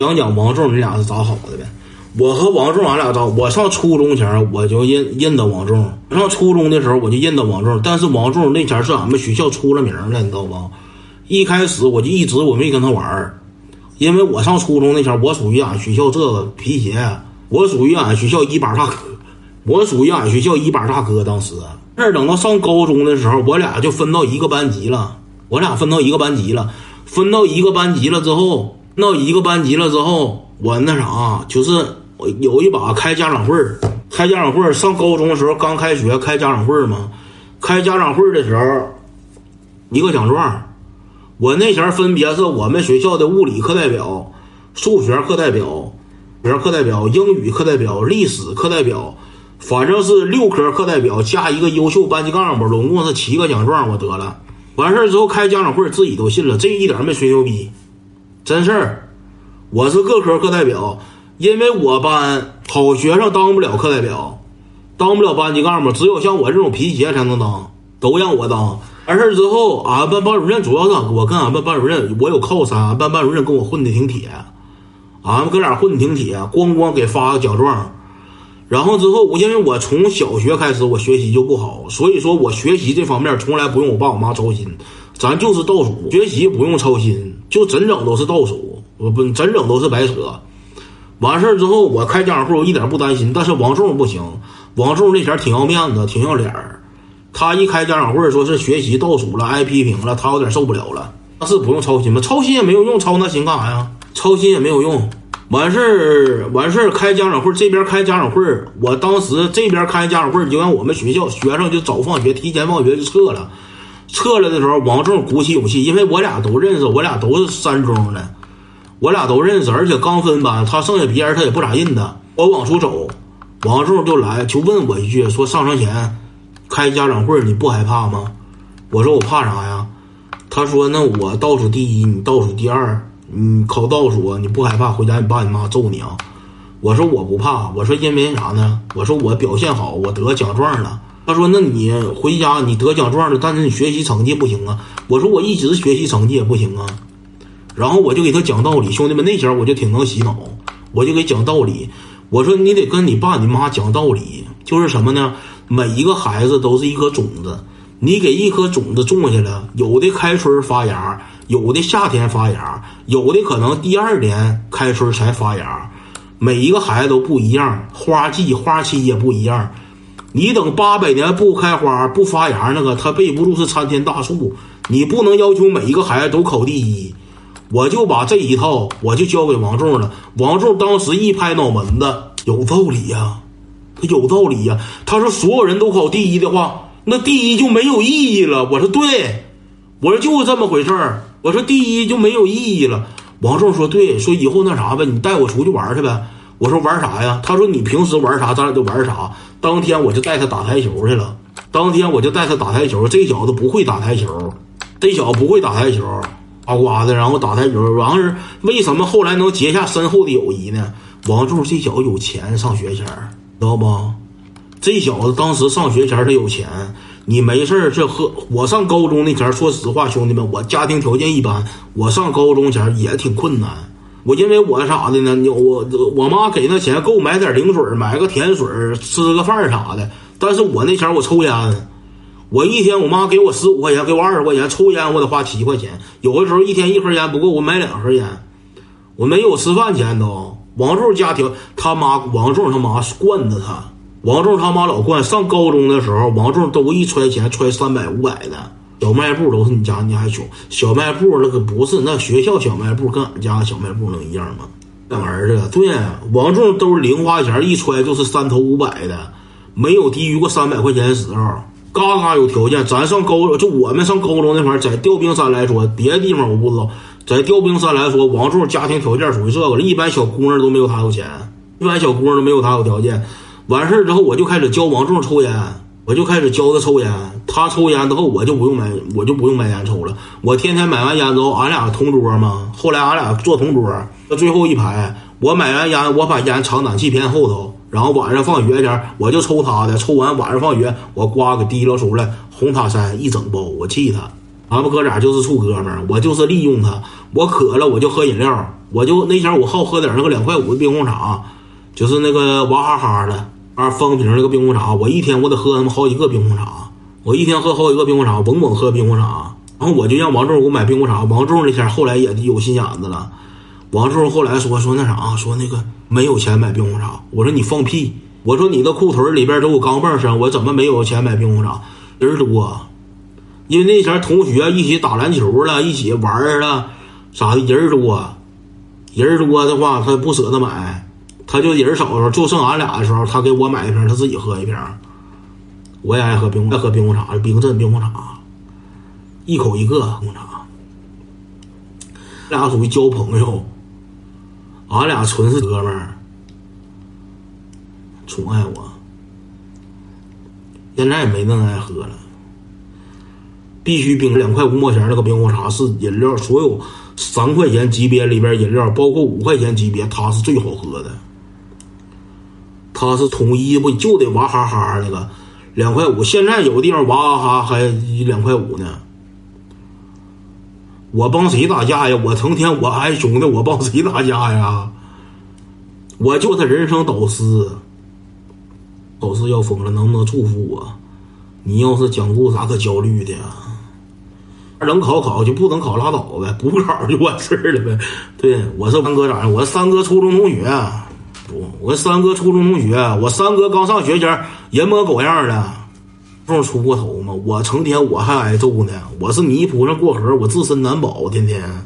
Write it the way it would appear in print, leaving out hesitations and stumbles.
讲讲王仲你俩是咋好的呗？我和王仲俺俩咋？我上初中前我就认得王仲，上初中的时候我就认得王仲，但是王仲那前是俺们学校出了名了，你知道吧？一开始我就一直我没跟他玩，因为我上初中那前我属于俺学校这个皮鞋，我属于俺学校一把大哥，我属于俺学校一把大哥。当时这等到上高中的时候，我俩就分到一个班级了，分到一个班级了之后。我那啥就是我有一把开家长会上高中的时候刚开学开家长会嘛，开家长会的时候一个奖状，我那前分别是我们学校的物理课代表、数学课代表、英语课代表、历史课代表，反正是6科课代表加一个优秀班级干部，总共是7个奖状我得了。完事之后开家长会自己都信了，这一点没吹牛逼，真事儿。我是各科课代表，因为我班好学生当不了课代表，当不了班级干部，只有像我这种皮鞋才能当，都让我当。完事之后俺班班主任，主要是我跟俺班班主任我有靠山，俺班班主任跟我混的挺铁，俺们哥俩混的挺铁，咣给发个奖状。然后之后因为我从小学开始我学习就不好，所以说我学习这方面从来不用我爸我妈操心，咱就是倒数，学习不用操心，就整都是倒数，不整都是白扯。完事之后我开家长会我一点不担心，但是王仲不行，王仲那前挺要面子挺要脸，他一开家长会说是学习倒数了挨批评了，他有点受不了了。那是不用操心吗？操心也没有用，操那心干啥呀？操心也没有用。完事儿开家长会，这边开家长会，我当时这边开家长会就让我们学校学生就早放学提前放学就撤了的时候，王仲鼓起勇气，因为我俩都认识，我俩都是3中的，我俩都认识，而且刚分班，他剩下别人他也不咋认的。我往出走，王仲就来就问我一句，说上场前开家长会你不害怕吗？我说我怕啥呀？他说那我倒数第一你倒数第二，你考倒数你不害怕回家你爸你妈揍你啊？我说我不怕，我说因为啥呢？我说我表现好，我得奖状了。他说那你回家你得奖状了，但是你学习成绩不行啊。我说我一直学习成绩也不行啊。然后我就给他讲道理，兄弟们那前我就挺能洗脑，我就给讲道理。我说你得跟你爸你妈讲道理，就是什么呢？每一个孩子都是一颗种子，你给一颗种子种下了，有的开春发芽，有的夏天发芽，有的可能第2年开春才发芽，每一个孩子都不一样，花季花期也不一样。你等800年不开花不发芽那个，它背不住是参天大树，你不能要求每一个孩子都考第一。我就把这一套我就交给王仲了。王仲当时一拍脑门子，有道理呀，他有道理呀。他说所有人都考第一的话，那第一就没有意义了。我说对，我说就是这么回事儿。我说第一就没有意义了。王仲说对，说以后那啥呗，你带我出去玩去呗。我说玩啥呀？他说你平时玩啥咱俩就玩啥。当天我就带他打台球去了。这小子不会打台球，呱的，然后打台球，然后是为什么后来能结下深厚的友谊呢？王仲这小子有钱，上学前知道不？这小子当时上学前他有钱，你没事这和我上高中那前，说实话兄弟们，我家庭条件一般，我上高中前也挺困难。我因为我啥的呢？我妈给那钱够买点零水，买个甜水，吃个饭啥的。但是我那前我抽烟。我一天我妈给我15块钱，给我20块钱，抽烟我得花7块钱，有的时候一天1盒烟不够，我买2盒烟，我没有吃饭钱都。王仲家庭王仲他妈惯着他，王仲他妈老惯。上高中的时候，王仲都一揣钱揣300、500的，小卖部都是你还穷，小卖部那个不是那学校小卖部跟俺家小卖部能一样吗？那玩意儿的对，王仲都是零花钱一揣就是3头500的，没有低于过300块钱的时候。嘎嘎有条件，咱上高就我们上高中那会儿，在调兵山来说，别的地方我不知道，在调兵山来说，王仲家庭条件属于这个了，一般小姑娘都没有他有钱，一般小姑娘都没有他有条件。完事之后，我就开始教王仲抽烟，我就开始教他抽烟。他抽烟之后，我就不用买烟抽了。我天天买完烟之后，俺俩同桌嘛，后来俺俩坐同桌，到最后一排，我买完烟，我把烟藏暖气片后头。然后晚上放学前我就抽他的，抽完晚上放学我呱给提溜出来，红塔山一整包，我气他。 俺们哥俩就是处哥们儿，我就是利用他，我渴了我就喝饮料，我就那前我好喝点那个2.5块的冰红茶，就是那个娃哈哈的方瓶那个冰红茶，我一天我得喝他妈好几个冰红茶，我一天喝好几个冰红茶，猛喝冰红茶。然后我就让王仲给我买冰红茶，王仲那天后来也有心眼子了，王仲后来说那啥，说那个没有钱买冰红茶，我说你放屁，我说你的裤腿里边都有钢镚声，我怎么没有钱买冰红茶？人多，因为那前同学一起打篮球了，一起玩了啥的，人多，人多的话他不舍得买，他就人少的时候就剩俺俩的时候，他给我买一瓶，他自己喝一瓶。我也爱喝冰红茶，冰镇冰红茶，一口一个冰红茶。俩属于交朋友，俺俩纯是哥们儿，宠爱我。现在也没那么爱喝了，必须冰2.5块墨钱那个冰红茶是饮料所有3块钱级别里边饮料，包括5块钱级别，它是最好喝的。它是统一不就得娃哈哈那个2.5，现在有地方娃哈哈还2.5呢。我帮谁打架呀？我成天我还兄弟，我帮谁打架呀？我就他人生导师。考试要疯了，能不能祝福我？你要是讲故啥可焦虑的呀？能考就不能考拉倒呗，不考就完事儿了呗。对，我是三哥咋样？我三哥初中同学，我三哥初中同学，我三哥刚上学前人模狗样的，不出过头吗？我成天我还挨揍呢，我是泥菩萨过河，我自身难保，天天。